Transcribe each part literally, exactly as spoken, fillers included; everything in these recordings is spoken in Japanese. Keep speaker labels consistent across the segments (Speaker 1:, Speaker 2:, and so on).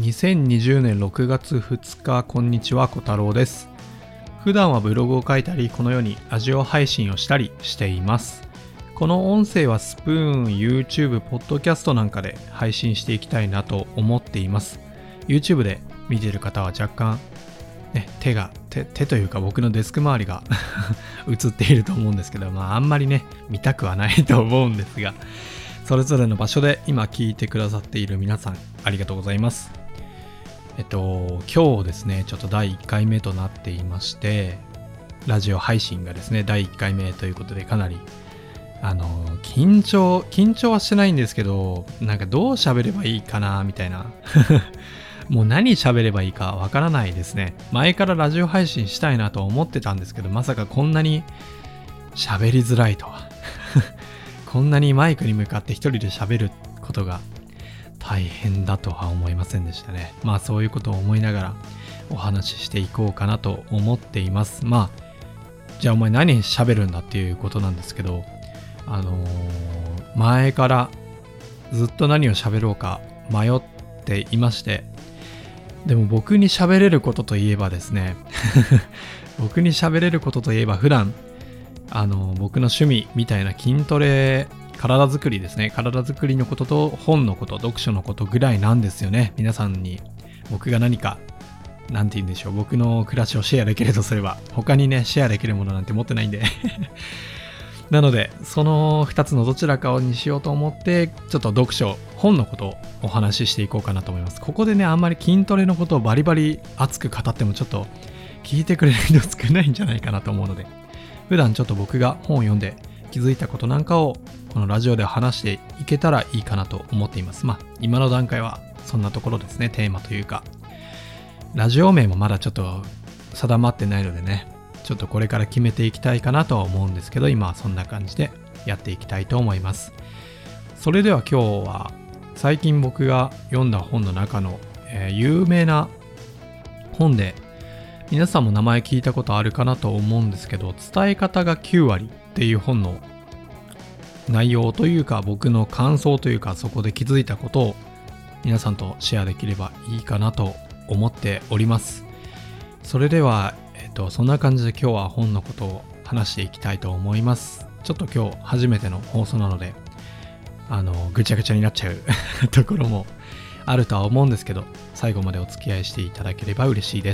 Speaker 1: にせんにじゅうねんろくがつふつか、こんにちは、小太郎です。普段はブログを書いたり、このようにラジオ配信をしたりしています。この音声はスプーン、YouTube、ポッドキャストなんかで配信していきたいなと思っています。YouTube で見ている方は若干、ね、手が手、手というか僕のデスク周りが映っていると思うんですけど、まああんまりね、見たくはないと思うんですが、それぞれの場所で今聞いてくださっている皆さん、ありがとうございます。えっと、今日ですね、ちょっとだいいっかいめとなっていまして、ラジオ配信がですね、だいいっかいめということで、かなり、あの、緊張、緊張はしてないんですけど、なんかどう喋ればいいかな、みたいな。もう何喋ればいいかわからないですね。前からラジオ配信したいなと思ってたんですけど、まさかこんなに喋りづらいとは。こんなにマイクに向かって一人で喋ることが大変だとは思いませんでしたね。まあそういうことを思いながらお話ししていこうかなと思っています。まあじゃあお前何喋るんだっていうことなんですけど、あのー、前からずっと何を喋ろうか迷っていまして、でも僕に喋れることといえばですね僕に喋れることといえば普段あのー、僕の趣味みたいな筋トレ、体作りですね。体作りのことと本のこと、読書のことぐらいなんですよね。皆さんに僕が何か、なんて言うんでしょう、僕の暮らしをシェアできるとすれば、他にね、シェアできるものなんて持ってないんで。なので、そのふたつのどちらかにしようと思って、ちょっと読書、本のことをお話ししていこうかなと思います。ここでね、あんまり筋トレのことをバリバリ熱く語ってもちょっと聞いてくれる人少ないんじゃないかなと思うので、普段ちょっと僕が本を読んで気づいたことなんかをこのラジオで話していけたらいいかなと思っています。まあ今の段階はそんなところですね。テーマというかラジオ名もまだちょっと定まってないのでね、ちょっとこれから決めていきたいかなとは思うんですけど、今はそんな感じでやっていきたいと思います。それでは今日は最近僕が読んだ本の中の、えー、有名な本で、皆さんも名前聞いたことあるかなと思うんですけど、伝え方がきゅうわりっていう本の内容というか、僕の感想というか、そこで気づいたことを皆さんとシェアできればいいかなと思っております。それでは、えっと、そんな感じで今日は本のことを話していきたいと思います。ちょっと今日初めての放送なので、あの、ぐちゃぐちゃになっちゃうところもあるとは思うんですけど、最後までお付き合いしていただければ嬉しいです。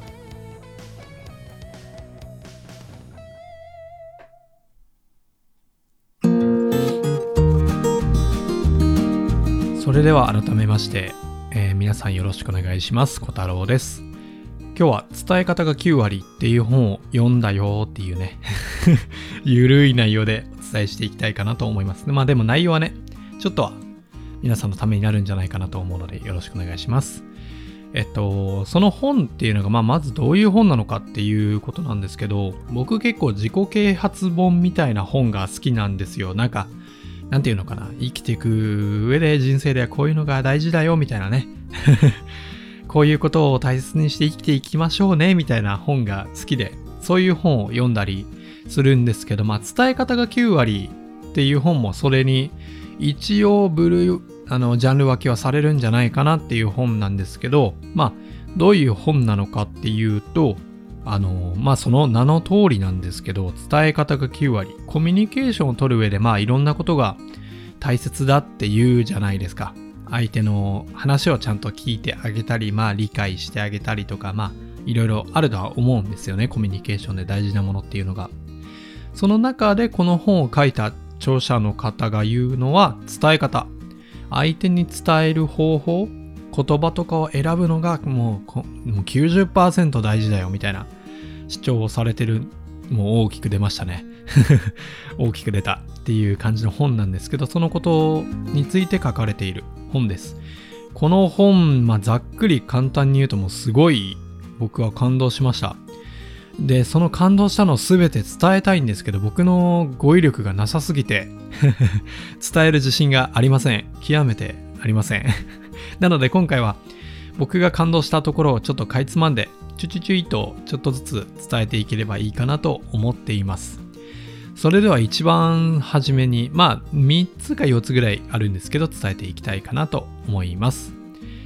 Speaker 1: それでは改めまして、えー、皆さんよろしくお願いします。小太郎です。今日は伝え方がきゅうわりっていう本を読んだよっていうねゆるい内容でお伝えしていきたいかなと思います。まあでも内容はね、ちょっとは皆さんのためになるんじゃないかなと思うのでよろしくお願いします。えっとその本っていうのが、まあまずどういう本なのかっていうことなんですけど、僕結構自己啓発本みたいな本が好きなんですよ。なんかなんていうのかな、生きていく上で人生ではこういうのが大事だよみたいなねこういうことを大切にして生きていきましょうねみたいな本が好きで、そういう本を読んだりするんですけど、まあ伝え方がきゅうわりっていう本もそれに一応ブルーあのジャンル分けはされるんじゃないかなっていう本なんですけど、まあどういう本なのかっていうと、あのまあその名の通りなんですけど、伝え方がきゅうわり、コミュニケーションを取る上でまあいろんなことが大切だって言うじゃないですか。相手の話をちゃんと聞いてあげたり、まあ理解してあげたりとか、まあいろいろあるとは思うんですよね。コミュニケーションで大事なものっていうのが。その中でこの本を書いた著者の方が言うのは、伝え方、相手に伝える方法、言葉とかを選ぶのがもう、もう きゅうじゅっパーセント 大事だよみたいな主張をされてる。もう大きく出ましたね大きく出たっていう感じの本なんですけど、そのことについて書かれている本です。この本、まあ、ざっくり簡単に言うともうすごい僕は感動しました。で、その感動したのを全て伝えたいんですけど、僕の語彙力がなさすぎて伝える自信がありません。極めてありませんなので今回は僕が感動したところをちょっとかいつまんでチュチュチュイとちょっとずつ伝えていければいいかなと思っています。それでは一番初めに、まあみっつかよっつぐらいあるんですけど伝えていきたいかなと思います。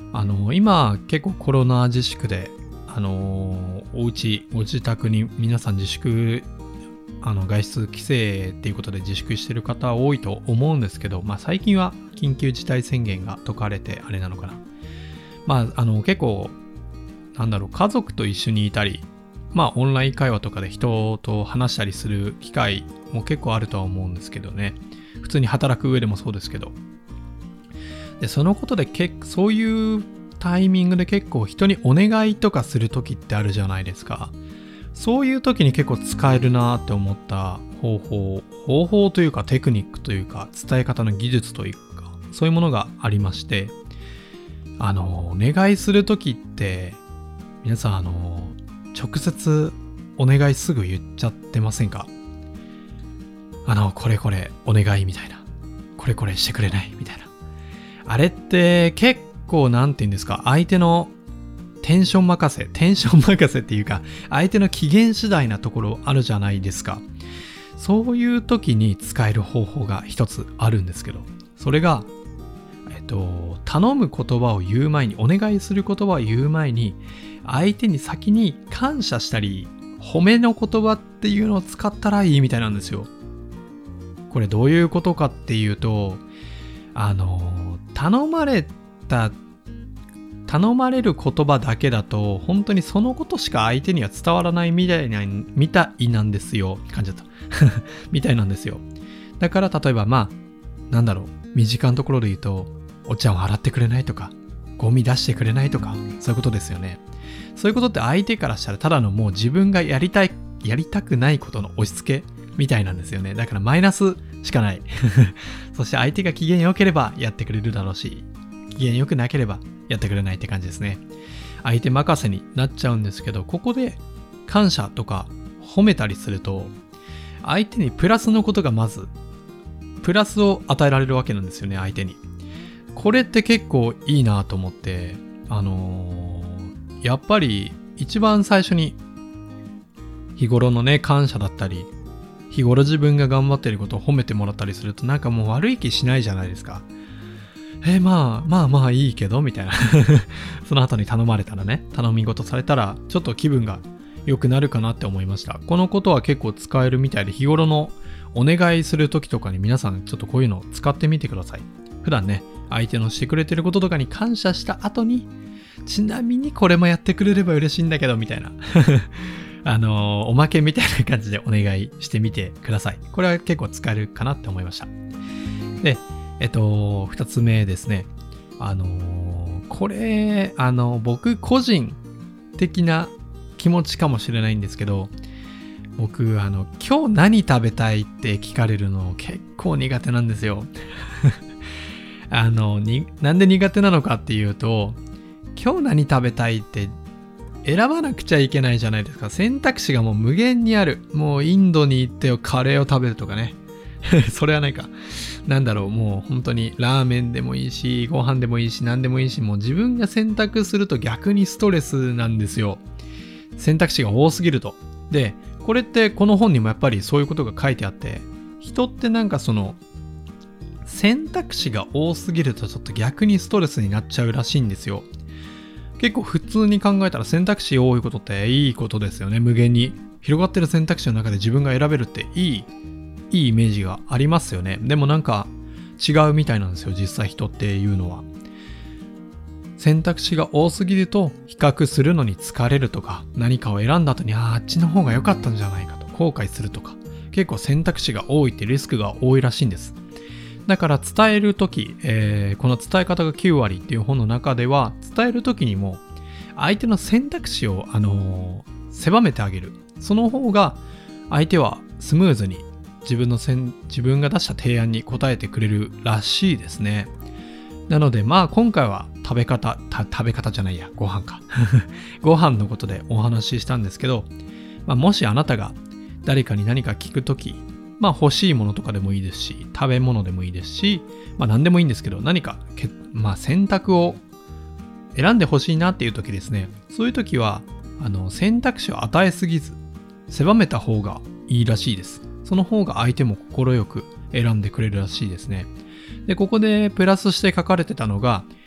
Speaker 1: あの今結構コロナ自粛であのお家ご自宅に皆さん自粛あの外出規制っていうことで自粛してる方多いと思うんですけど、まあ最近は緊急事態宣言が解かれてあれなのかな。まああの結構なんだろう家族と一緒にいたり、まあオンライン会話とかで人と話したりする機会も結構あるとは思うんですけどね。普通に働く上でもそうですけど。でそのことで結そういうタイミングで結構人にお願いとかする時ってあるじゃないですか。そういう時に結構使えるなって思った方法、方法というかテクニックというか伝え方の技術というかそういうものがありまして、あのお願いする時って皆さんあの直接お願いすぐ言っちゃってませんか？あのこれこれお願いみたいな、これこれしてくれないみたいな。あれって結構なんて言うんですか、相手のテンション任せ、テンション任せっていうか、相手の機嫌次第なところあるじゃないですか。そういう時に使える方法が一つあるんですけど、それが、えっと、頼む言葉を言う前に、お願いする言葉を言う前に、相手に先に感謝したり、褒めの言葉っていうのを使ったらいいみたいなんですよ。これどういうことかっていうと、あの、頼まれた頼まれる言葉だけだと本当にそのことしか相手には伝わらないみたいなみたいなんですよ。感じだったみたいなんですよ。だから例えばまあなんだろう、身近なところで言うとお茶を洗ってくれないとかゴミ出してくれないとかそういうことですよね。そういうことって相手からしたらただのもう自分がやりたいやりたくないことの押し付けみたいなんですよね。だからマイナスしかないそして相手が機嫌良ければやってくれるだろうし、機嫌良くなければやってくれないって感じですね。相手任せになっちゃうんですけど、ここで感謝とか褒めたりすると相手にプラスのことがまずプラスを与えられるわけなんですよね、相手に。これって結構いいなと思って、あのー、やっぱり一番最初に日頃のね感謝だったり、日頃自分が頑張っていることを褒めてもらったりするとなんかもう悪い気しないじゃないですか。えー、まあまあまあいいけどみたいなその後に頼まれたらね、頼み事されたらちょっと気分が良くなるかなって思いました。このことは結構使えるみたいで、日頃のお願いする時とかに皆さんちょっとこういうのを使ってみてください。普段ね相手のしてくれてることとかに感謝した後に、ちなみにこれもやってくれれば嬉しいんだけどみたいなあのー、おまけみたいな感じでお願いしてみてください。これは結構使えるかなって思いました。でえっと、二つ目ですね。あのー、これ、あの、僕個人的な気持ちかもしれないんですけど、僕、あの、今日何食べたいって聞かれるの結構苦手なんですよ。あの、に、なんで苦手なのかっていうと、今日何食べたいって選ばなくちゃいけないじゃないですか。選択肢がもう無限にある。もうインドに行ってカレーを食べるとかね。それはないか。なんだろう、もう本当にラーメンでもいいし、ご飯でもいいし、何でもいいし、もう自分が選択すると逆にストレスなんですよ。選択肢が多すぎると。で、これってこの本にもやっぱりそういうことが書いてあって、人ってなんかその、選択肢が多すぎるとちょっと逆にストレスになっちゃうらしいんですよ。結構普通に考えたら選択肢多いことっていいことですよね。無限に広がってる選択肢の中で自分が選べるっていいいいイメージがありますよね。でもなんか違うみたいなんですよ、実際人っていうのは。選択肢が多すぎると比較するのに疲れるとか、何かを選んだ後にあ, あっちの方が良かったんじゃないかと後悔するとか、結構選択肢が多いってリスクが多いらしいんです。だから伝えるとき、えー、この伝え方がきゅうわりっていう本の中では、伝えるときにも相手の選択肢を、あのー、狭めてあげる。その方が相手はスムーズに自分のせん自分が出した提案に応えてくれるらしいですね。なのでまあ今回は食べ方た食べ方じゃないやご飯かご飯のことでお話ししたんですけど、まあ、もしあなたが誰かに何か聞くとき、まあ欲しいものとかでもいいですし、食べ物でもいいですし、まあ何でもいいんですけど、何かけ、まあ、選択を選んでほしいなっていうときですね。そういうときはあの選択肢を与えすぎず狭めた方がいいらしいです。その方が相手も快く選んでくれるらしいですね。で、ここでプラスして書かれてたのが、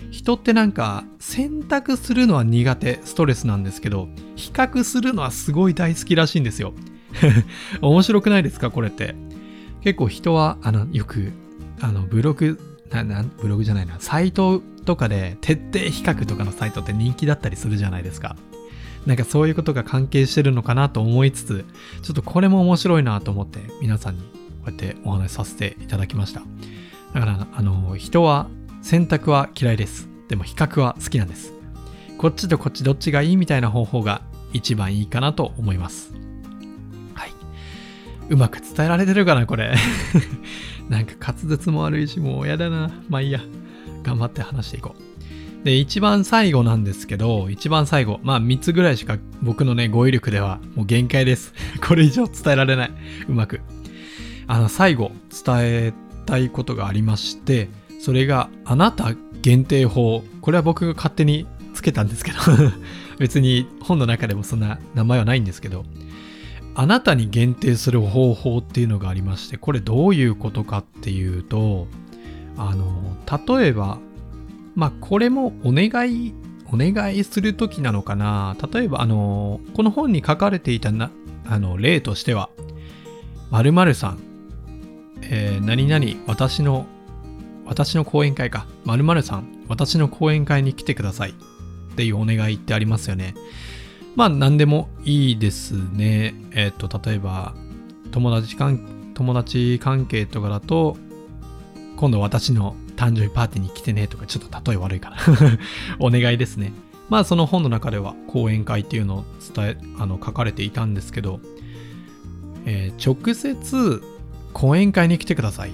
Speaker 1: 人ってなんか選択するのは苦手、ストレスなんですけど、比較するのはすごい大好きらしいんですよ。面白くないですかこれって。結構人はあのよくあのブログななブログじゃないなサイトとかで徹底比較とかのサイトって人気だったりするじゃないですか。なんかそういうことが関係してるのかなと思いつつ、ちょっとこれも面白いなと思って皆さんにこうやってお話しさせていただきました。だからあの人は選択は嫌いです。でも比較は好きなんです。こっちとこっちどっちがいいみたいな方法が一番いいかなと思います。はい。うまく伝えられてるかなこれ。なんか滑舌も悪いしもうやだな。まあいいや。頑張って話していこう。で、一番最後なんですけど、一番最後、まあみっつぐらいしか僕のね、語彙力ではもう限界です。これ以上伝えられない。うまく。あの、最後伝えたいことがありまして、それがあなた限定法。これは僕が勝手につけたんですけど、別に本の中でもそんな名前はないんですけど、あなたに限定する方法っていうのがありまして、これどういうことかっていうと、あの、例えば、まあこれもお願いお願いするときなのかな。例えばあのこの本に書かれていたなあの例としては、〇〇さん、えー、何々私の私の講演会か〇〇さん私の講演会に来てくださいっていうお願いってありますよね。まあ何でもいいですね。えっと例えば友達関友達関係とかだと、今度私の誕生日パーティーに来てねとか、ちょっと例え悪いかな。お願いですね。まあその本の中では講演会っていうのを伝え、あの書かれていたんですけど、えー、直接講演会に来てくださいって、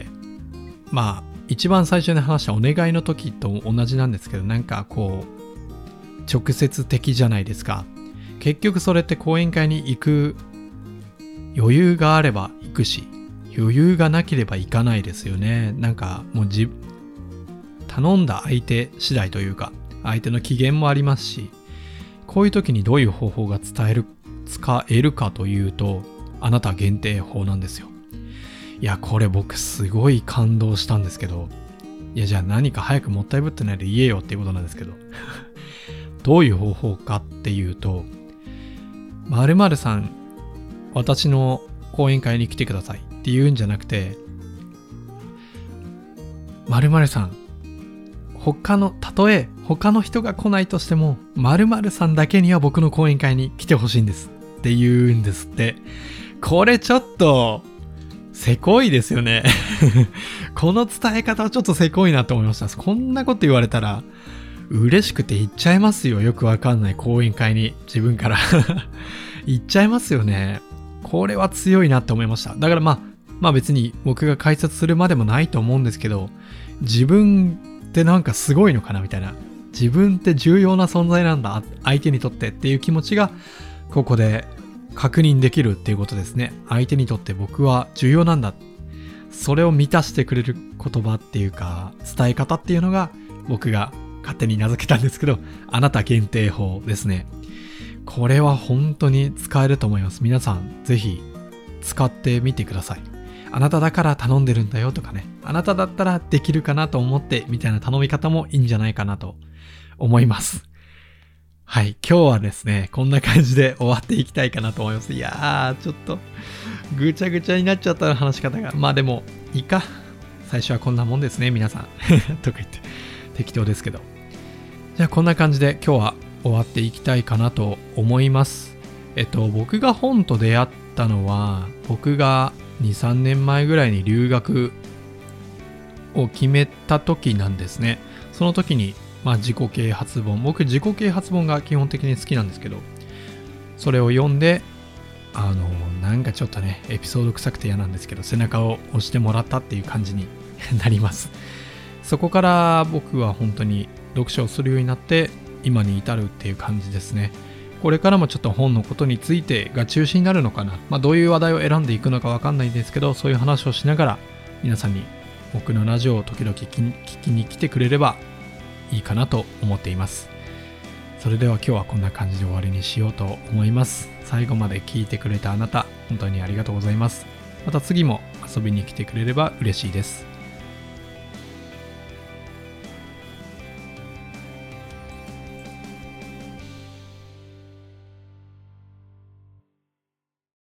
Speaker 1: まあ一番最初に話したお願いの時と同じなんですけど、なんかこう直接的じゃないですか。結局それって講演会に行く余裕があれば行くし、余裕がなければいかないですよね。なんかもうじ頼んだ相手次第というか、相手の機嫌もありますし、こういう時にどういう方法が伝える使えるかというと、あなた限定法なんですよ。いやこれ僕すごい感動したんですけど、いやじゃあ何か早くもったいぶってないで言えよっていうことなんですけど、どういう方法かっていうと、〇〇さん私の講演会に来てくださいって言うんじゃなくて、〇〇さん他のたとえ他の人が来ないとしても〇〇さんだけには僕の講演会に来てほしいんですって言うんですって。これちょっとせこいですよね。この伝え方はちょっとせこいなと思いました。こんなこと言われたら嬉しくて行っちゃいますよ。よくわかんない講演会に自分から行っちゃいますよね。これは強いなって思いました。だからまあまあ別に僕が解説するまでもないと思うんですけど、自分ってなんかすごいのかなみたいな、自分って重要な存在なんだ相手にとってっていう気持ちがここで確認できるっていうことですね。相手にとって僕は重要なんだ、それを満たしてくれる言葉っていうか伝え方っていうのが僕が勝手に名付けたんですけど、あなた限定法ですね。これは本当に使えると思います。皆さんぜひ使ってみてください。あなただから頼んでるんだよとかね、あなただったらできるかなと思ってみたいな頼み方もいいんじゃないかなと思います。はい、今日はですねこんな感じで終わっていきたいかなと思います。いやーちょっとぐちゃぐちゃになっちゃった話し方が、まあでもいいか、最初はこんなもんですね皆さんとか言って適当ですけど、じゃあこんな感じで今日は終わっていきたいかなと思います。えっと僕が本と出会ったのは、僕がにさんねんまえぐらいに留学を決めた時なんですね。その時にまあ自己啓発本、僕自己啓発本が基本的に好きなんですけど、それを読んで、あのなんかちょっとねエピソード臭くて嫌なんですけど背中を押してもらったっていう感じになります。そこから僕は本当に読書をするようになって今に至るっていう感じですね。これからもちょっと本のことについてが中心になるのかな、まあどういう話題を選んでいくのかわかんないんですけど、そういう話をしながら皆さんに僕のラジオを時々聞きに、聞きに来てくれればいいかなと思っています。それでは今日はこんな感じで終わりにしようと思います。最後まで聞いてくれたあなた、本当にありがとうございます。また次も遊びに来てくれれば嬉しいです。